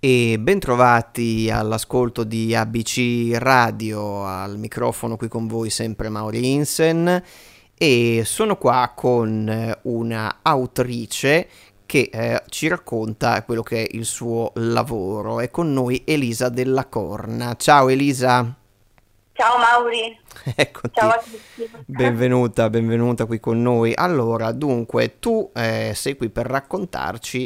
e bentrovati all'ascolto di ABC Radio, al microfono qui con voi sempre Mauri Insen e sono qua con una autrice che ci racconta quello che è il suo lavoro. È con noi Elisa Della Corna. Ciao Elisa! Ciao Mauri, Eccoti, ciao a tutti. benvenuta qui con noi. Allora, dunque, tu sei qui per raccontarci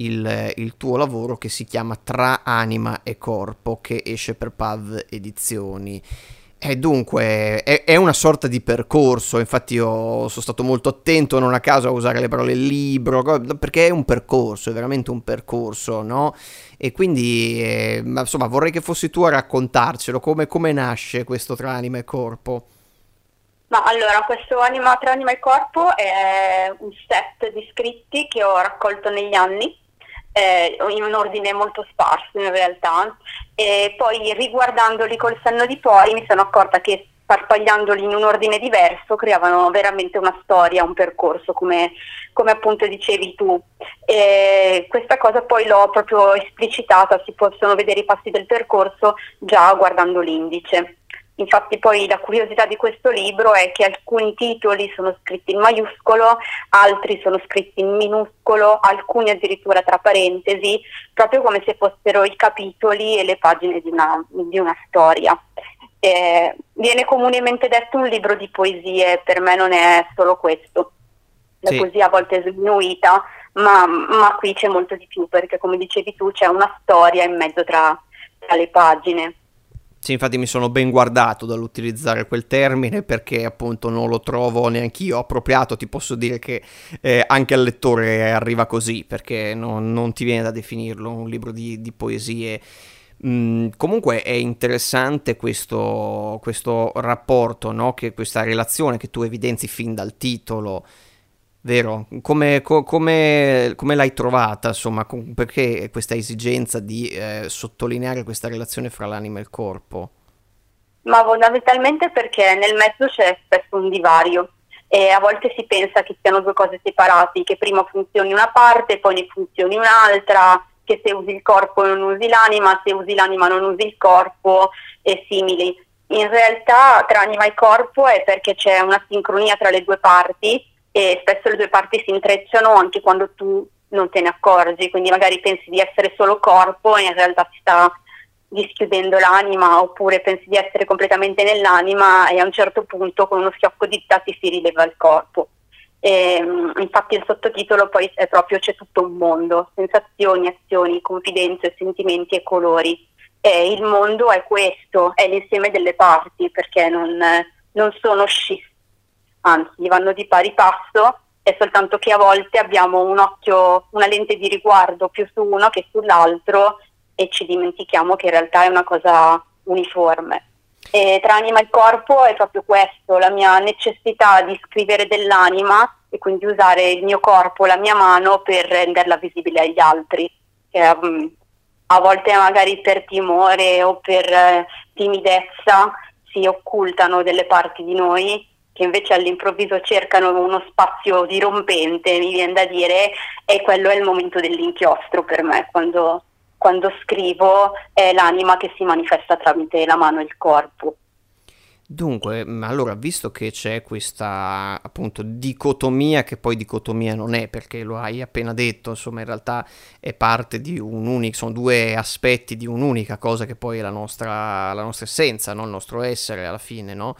il tuo lavoro che si chiama Tra anima e corpo, che esce per PAV Edizioni. E dunque, è una sorta di percorso, infatti io sono stato molto attento, non a caso, a usare le parole libro, perché è un percorso, è veramente un percorso, no? E quindi, insomma, vorrei che fossi tu a raccontarcelo, come nasce questo Tra anima e corpo. Ma allora, questo Tra anima e corpo è un set di scritti che ho raccolto negli anni, in un ordine molto sparso in realtà, e poi riguardandoli col senno di poi mi sono accorta che sparpagliandoli in un ordine diverso creavano veramente una storia, un percorso, come appunto dicevi tu. E questa cosa poi l'ho proprio esplicitata, si possono vedere i passi del percorso già guardando l'indice. Infatti poi la curiosità di questo libro è che alcuni titoli sono scritti in maiuscolo, altri sono scritti in minuscolo, alcuni addirittura tra parentesi, proprio come se fossero i capitoli e le pagine di una storia. Viene comunemente detto un libro di poesie, per me non è solo questo. La Sì. poesia a volte è sminuita, ma qui c'è molto di più, perché come dicevi tu c'è una storia in mezzo tra le pagine. Sì, infatti mi sono ben guardato dall'utilizzare quel termine perché appunto non lo trovo neanch'io appropriato, ti posso dire che anche al lettore arriva così perché non ti viene da definirlo un libro di poesie. Comunque è interessante questo rapporto, no? Questa relazione che tu evidenzi fin dal titolo, vero? Come l'hai trovata, insomma, perché questa esigenza di sottolineare questa relazione fra l'anima e il corpo? Ma fondamentalmente perché nel mezzo c'è spesso un divario e a volte si pensa che siano due cose separate, che prima funzioni una parte e poi ne funzioni un'altra, che se usi il corpo non usi l'anima, se usi l'anima non usi il corpo e simili. In realtà tra anima e corpo è perché c'è una sincronia tra le due parti e spesso le due parti si intrecciano anche quando tu non te ne accorgi, quindi magari pensi di essere solo corpo e in realtà si sta dischiudendo l'anima, oppure pensi di essere completamente nell'anima e a un certo punto con uno schiocco di dita ti si rileva il corpo. Infatti il sottotitolo poi è proprio C'è tutto un mondo, sensazioni, azioni, confidenze, sentimenti e colori. E il mondo è questo, è l'insieme delle parti, perché non sono scisse, anzi vanno di pari passo, è soltanto che a volte abbiamo un occhio, una lente di riguardo più su uno che sull'altro e ci dimentichiamo che in realtà è una cosa uniforme. E tra anima e corpo è proprio questo, la mia necessità di scrivere dell'anima e quindi usare il mio corpo, la mia mano per renderla visibile agli altri, che a volte magari per timore o per timidezza si occultano delle parti di noi che invece all'improvviso cercano uno spazio dirompente, mi viene da dire, e quello è il momento dell'inchiostro per me, quando scrivo è l'anima che si manifesta tramite la mano e il corpo. Dunque, allora, visto che c'è questa appunto dicotomia, che poi dicotomia non è perché lo hai appena detto, insomma in realtà è parte di un unico, sono due aspetti di un'unica cosa che poi è la nostra essenza, no? Il nostro essere alla fine, no?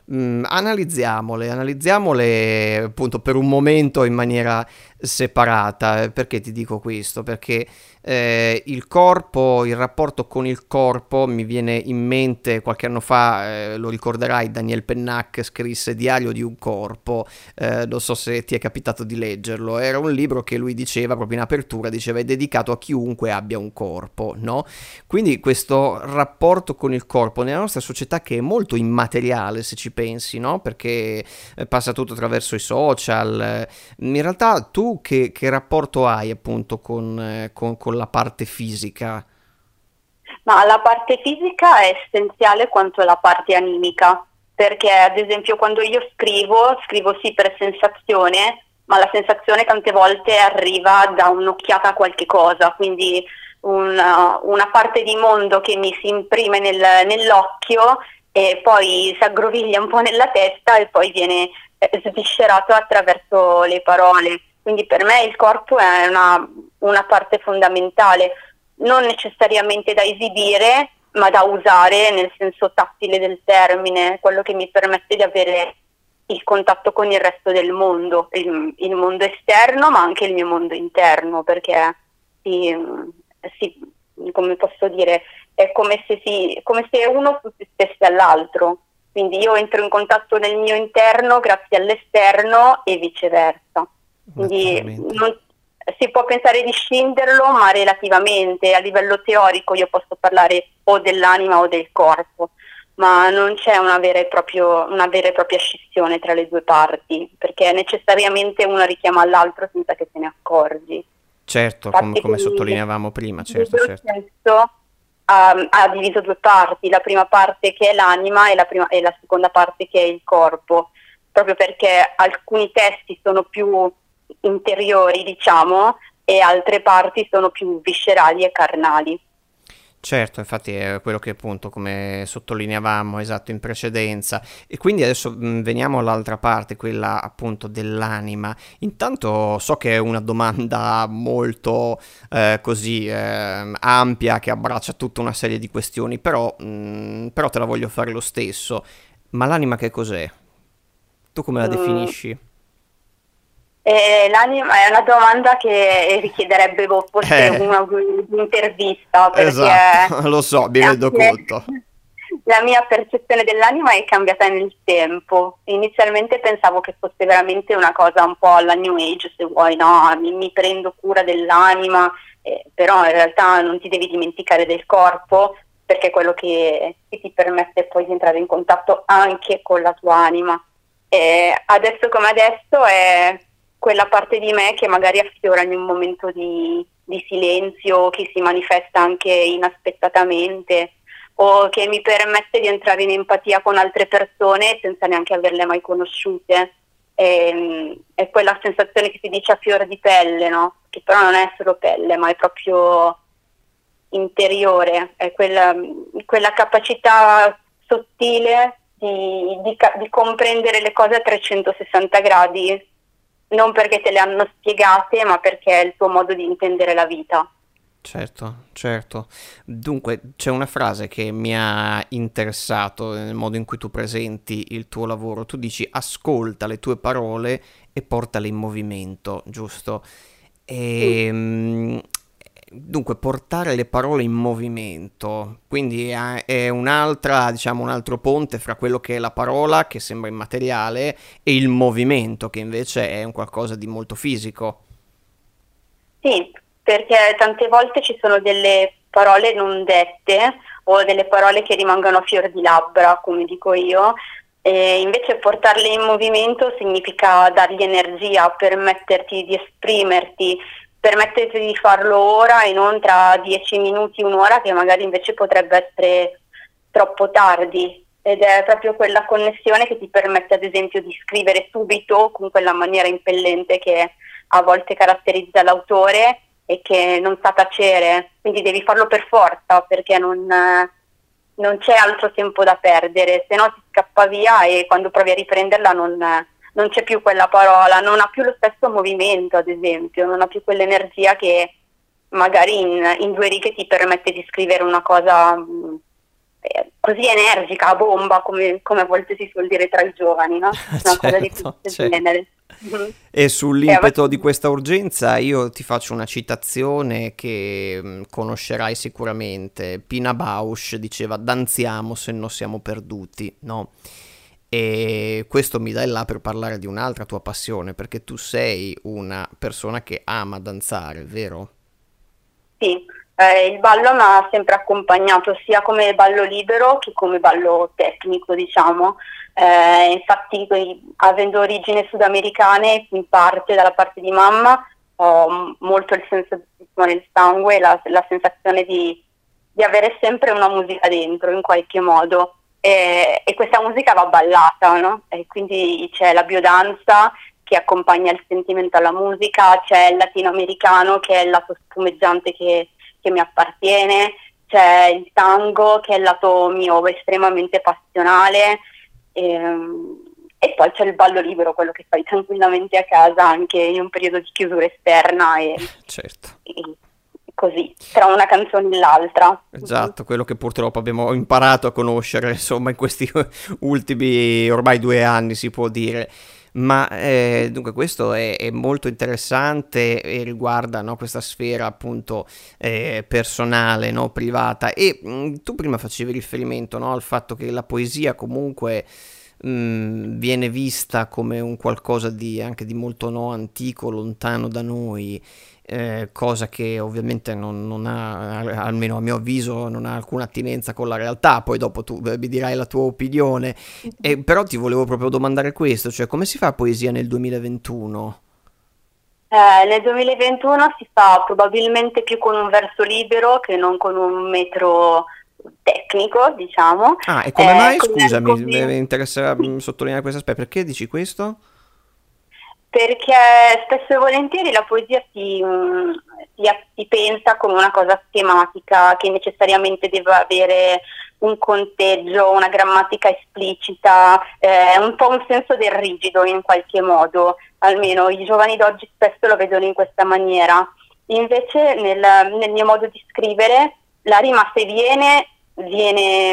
Analizziamole appunto per un momento in maniera separata. Perché ti dico questo? Perché il corpo, il rapporto con il corpo mi viene in mente qualche anno fa, lo ricorderai, Daniel Pennac scrisse Diario di un corpo, non so se ti è capitato di leggerlo, era un libro che lui diceva proprio in apertura, diceva è dedicato a chiunque abbia un corpo, no? Quindi questo rapporto con il corpo nella nostra società che è molto immateriale se ci pensi, no? Perché passa tutto attraverso i social, in realtà tu che rapporto hai appunto con la parte fisica? Ma la parte fisica è essenziale quanto la parte animica, perché ad esempio quando io scrivo sì per sensazione, ma la sensazione tante volte arriva da un'occhiata a qualche cosa, quindi una parte di mondo che mi si imprime nell'occhio e poi si aggroviglia un po' nella testa e poi viene sviscerato attraverso le parole. Quindi per me il corpo è una parte fondamentale, non necessariamente da esibire, ma da usare nel senso tattile del termine, quello che mi permette di avere il contatto con il resto del mondo, il mondo esterno, ma anche il mio mondo interno, perché come posso dire, è come se uno sussistesse all'altro. Quindi io entro in contatto nel mio interno grazie all'esterno e viceversa. Quindi si può pensare di scinderlo, ma relativamente a livello teorico io posso parlare o dell'anima o del corpo, ma non c'è una vera e propria scissione tra le due parti, perché necessariamente una richiama all'altro senza che te ne accorgi. Certo, come sottolineavamo prima, certo. Stesso ha diviso due parti, la prima parte che è l'anima e la seconda parte che è il corpo, proprio perché alcuni testi sono più interiori, diciamo, e altre parti sono più viscerali e carnali. Certo, infatti è quello che appunto come sottolineavamo esatto in precedenza e quindi adesso veniamo all'altra parte, quella appunto dell'anima. Intanto so che è una domanda molto così ampia che abbraccia tutta una serie di questioni, però te la voglio fare lo stesso. Ma l'anima che cos'è? Tu come la definisci? L'anima è una domanda che richiederebbe forse un'intervista, perché esatto, lo so, mi rendo conto. La mia percezione dell'anima è cambiata nel tempo. Inizialmente pensavo che fosse veramente una cosa un po' alla New Age, se vuoi, no? Mi prendo cura dell'anima, però in realtà non ti devi dimenticare del corpo, perché è quello che ti permette poi di entrare in contatto anche con la tua anima. Adesso come adesso è quella parte di me che magari affiora in un momento di silenzio, che si manifesta anche inaspettatamente o che mi permette di entrare in empatia con altre persone senza neanche averle mai conosciute. È quella sensazione che si dice a fior di pelle, no? Che però non è solo pelle, ma è proprio interiore, è quella capacità sottile di comprendere le cose a 360 gradi, non perché te le hanno spiegate, ma perché è il tuo modo di intendere la vita. Certo, certo. Dunque, c'è una frase che mi ha interessato nel modo in cui tu presenti il tuo lavoro. Tu dici ascolta le tue parole e portale in movimento, giusto? Dunque, portare le parole in movimento, quindi è un'altra, diciamo, un altro ponte fra quello che è la parola, che sembra immateriale, e il movimento, che invece è un qualcosa di molto fisico. Sì, perché tante volte ci sono delle parole non dette o delle parole che rimangono a fior di labbra, come dico io, e invece portarle in movimento significa dargli energia, permetterti di esprimerti, permetterti di farlo ora e non tra 10 minuti, un'ora, che magari invece potrebbe essere troppo tardi. Ed è proprio quella connessione che ti permette ad esempio di scrivere subito con quella maniera impellente che a volte caratterizza l'autore e che non sa tacere, quindi devi farlo per forza perché non c'è altro tempo da perdere, se no ti scappa via e quando provi a riprenderla non c'è più quella parola, non ha più lo stesso movimento, ad esempio, non ha più quell'energia che magari in due righe ti permette di scrivere una cosa così energica, a bomba, come a volte si suol dire tra i giovani, no? Una cosa di questo genere. E sull'impeto di questa urgenza io ti faccio una citazione che conoscerai sicuramente. Pina Bausch diceva danziamo se non siamo perduti, no? E questo mi dà il là per parlare di un'altra tua passione, perché tu sei una persona che ama danzare, vero? Sì, il ballo mi ha sempre accompagnato sia come ballo libero che come ballo tecnico, diciamo. Infatti, avendo origini sudamericane, in parte dalla parte di mamma, ho molto il senso del ritmo nel sangue, la sensazione di avere sempre una musica dentro in qualche modo. E questa musica va ballata, no? E quindi c'è la biodanza che accompagna il sentimento alla musica, c'è il latinoamericano che è il lato spumeggiante che che mi appartiene, c'è il tango che è il lato mio estremamente passionale, e poi c'è il ballo libero, quello che fai tranquillamente a casa anche in un periodo di chiusura esterna Certo. e così, tra una canzone e l'altra. Esatto, quello che purtroppo abbiamo imparato a conoscere, insomma, in questi ultimi ormai 2 anni, si può dire. Ma dunque questo è molto interessante e riguarda, no, questa sfera appunto personale, no, privata. E tu prima facevi riferimento, no, al fatto che la poesia comunque viene vista come un qualcosa di anche di molto, no, antico, lontano da noi, cosa che ovviamente non ha, almeno a mio avviso, non ha alcuna attinenza con la realtà. Poi dopo tu mi dirai la tua opinione. Però ti volevo proprio domandare questo, cioè come si fa poesia nel 2021? Nel 2021 si fa probabilmente più con un verso libero che non con un metro tecnico, diciamo. Ah, e come mai? Con gli Scusami, mi argomenti. interessa sottolineare questo aspetto. Perché dici questo? Perché spesso e volentieri la poesia si pensa come una cosa schematica, che necessariamente deve avere un conteggio, una grammatica esplicita, un po' un senso del rigido in qualche modo, almeno i giovani d'oggi spesso lo vedono in questa maniera. Invece nel mio modo di scrivere la rima, se viene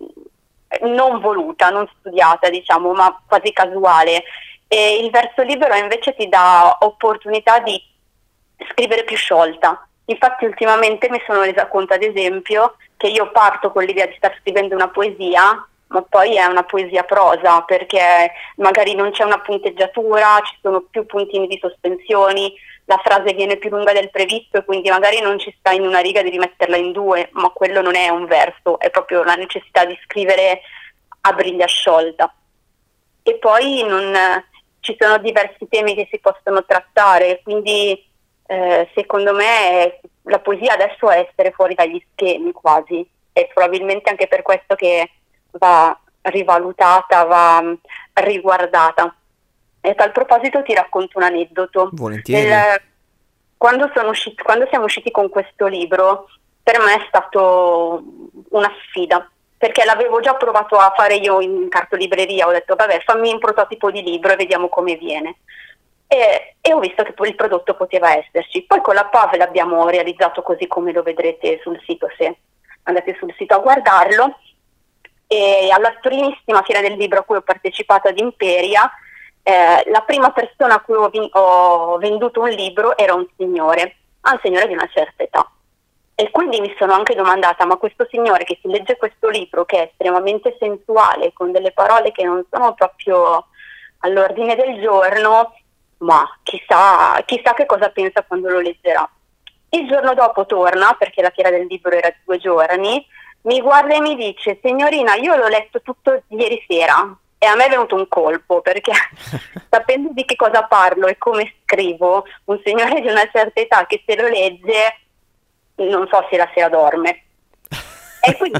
non voluta, non studiata, diciamo, ma quasi casuale. E il verso libero invece ti dà opportunità di scrivere più sciolta. Infatti ultimamente mi sono resa conto, ad esempio, che io parto con l'idea di star scrivendo una poesia, ma poi è una poesia prosa, perché magari non c'è una punteggiatura, ci sono più puntini di sospensioni, la frase viene più lunga del previsto e quindi magari non ci sta in una riga di rimetterla in due, ma quello non è un verso, è proprio la necessità di scrivere a briglia sciolta. E poi ci sono diversi temi che si possono trattare, quindi secondo me la poesia adesso è essere fuori dagli schemi quasi, e probabilmente anche per questo che va rivalutata, va riguardata. E a tal proposito ti racconto un aneddoto. Volentieri. Quando siamo usciti con questo libro, per me è stato una sfida, perché l'avevo già provato a fare io in cartolibreria, ho detto vabbè, fammi un prototipo di libro e vediamo come viene. E ho visto che poi il prodotto poteva esserci. Poi con la PAV l'abbiamo realizzato così come lo vedrete sul sito, se andate sul sito a guardarlo. E alla primissima fiera del libro a cui ho partecipato ad Imperia, la prima persona a cui ho venduto un libro era un signore di una certa età. E quindi mi sono anche domandata, ma questo signore che si legge questo libro, che è estremamente sensuale, con delle parole che non sono proprio all'ordine del giorno, ma chissà che cosa pensa quando lo leggerà. Il giorno dopo torna, perché la fiera del libro era di 2 giorni, mi guarda e mi dice: signorina, io l'ho letto tutto ieri sera. E a me è venuto un colpo, perché sapendo di che cosa parlo e come scrivo, un signore di una certa età che se lo legge, non so se la sera dorme. E quindi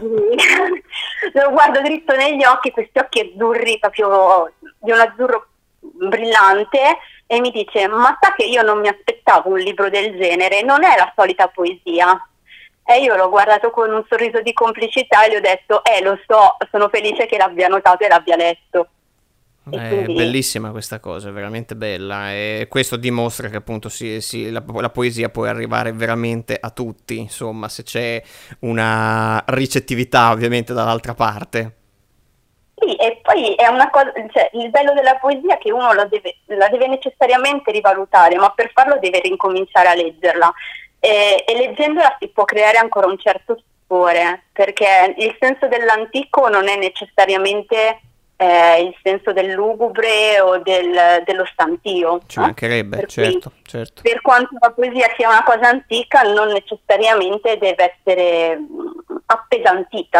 lo guardo dritto negli occhi, questi occhi azzurri, proprio di un azzurro brillante, e mi dice: ma sa che io non mi aspettavo un libro del genere, non è la solita poesia. E io l'ho guardato con un sorriso di complicità e gli ho detto: lo so, sono felice che l'abbia notato e l'abbia letto. E È quindi bellissima questa cosa, è veramente bella, e questo dimostra che appunto la poesia può arrivare veramente a tutti, insomma, se c'è una ricettività ovviamente dall'altra parte. sì, e poi è una cosa, cioè, il bello della poesia è che uno la deve necessariamente rivalutare, ma per farlo deve ricominciare a leggerla. E leggendola si può creare ancora un certo stupore, perché il senso dell'antico non è necessariamente il senso del lugubre o dello stantio, Ci no? mancherebbe, Per cui, certo, certo. per quanto la poesia sia una cosa antica, non necessariamente deve essere appesantita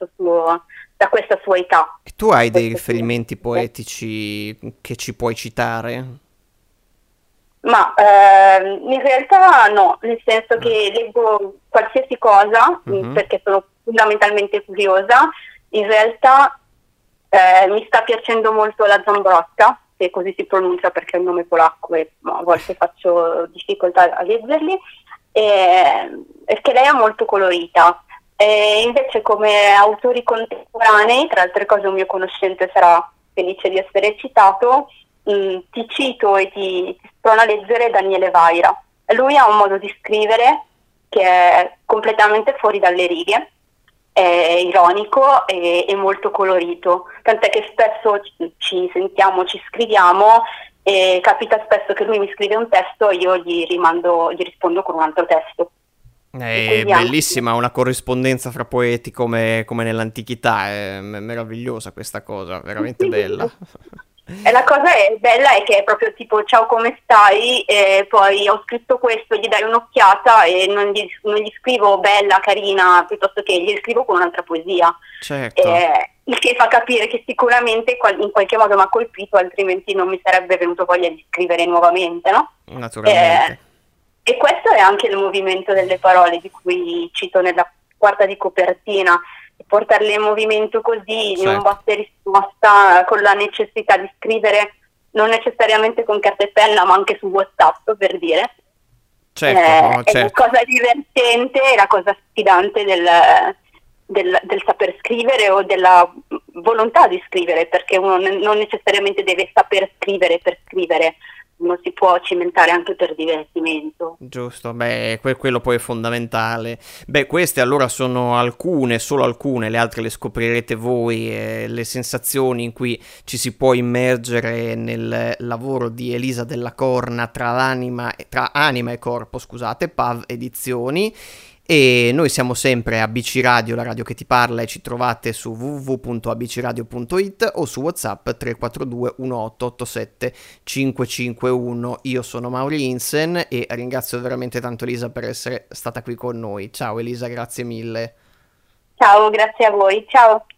da questa sua età. E tu hai dei Questo sì. riferimenti poetici che ci puoi citare? Ma in realtà no, nel senso che leggo qualsiasi cosa, Mhm. perché sono fondamentalmente curiosa. In realtà mi sta piacendo molto la Zambrotta, che così si pronuncia perché è un nome polacco e a volte faccio difficoltà a leggerli. E perché lei è molto colorita. E invece come autori contemporanei, tra altre cose un mio conoscente sarà felice di essere citato, ti cito e ti sprono a leggere Daniele Vaira. Lui ha un modo di scrivere che è completamente fuori dalle righe, è ironico e molto colorito, tant'è che spesso ci sentiamo, ci scriviamo e capita spesso che lui mi scrive un testo e io gli rispondo con un altro testo. È bellissima una corrispondenza fra poeti come nell'antichità, è meravigliosa questa cosa, veramente bella. E la cosa bella è che è proprio tipo ciao come stai, e poi ho scritto questo, gli dai un'occhiata e non gli scrivo bella, carina, piuttosto che gli scrivo con un'altra poesia. Certo. Il che fa capire che sicuramente in qualche modo mi ha colpito, altrimenti non mi sarebbe venuto voglia di scrivere nuovamente, no? Naturalmente. E questo è anche il movimento delle parole di cui cito nella quarta di copertina. Portarle in movimento così, in un botta e risposta, con la necessità di scrivere non necessariamente con carta e penna, ma anche su WhatsApp, per dire. Certo. È la cosa divertente e la cosa sfidante del saper scrivere o della volontà di scrivere, perché uno non necessariamente deve saper scrivere per scrivere, uno si può cimentare anche per divertimento. Giusto, beh, quello poi è fondamentale. Beh, queste allora sono solo alcune, le altre le scoprirete voi, le sensazioni in cui ci si può immergere nel lavoro di Elisa Della Corna tra anima e corpo, scusate, PAV Edizioni. E noi siamo sempre ABC Radio, la radio che ti parla, e ci trovate su www.abcradio.it o su WhatsApp 342 1887 551. Io sono Mauri Insen e ringrazio veramente tanto Elisa per essere stata qui con noi. Ciao Elisa, grazie mille. Ciao, grazie a voi, ciao.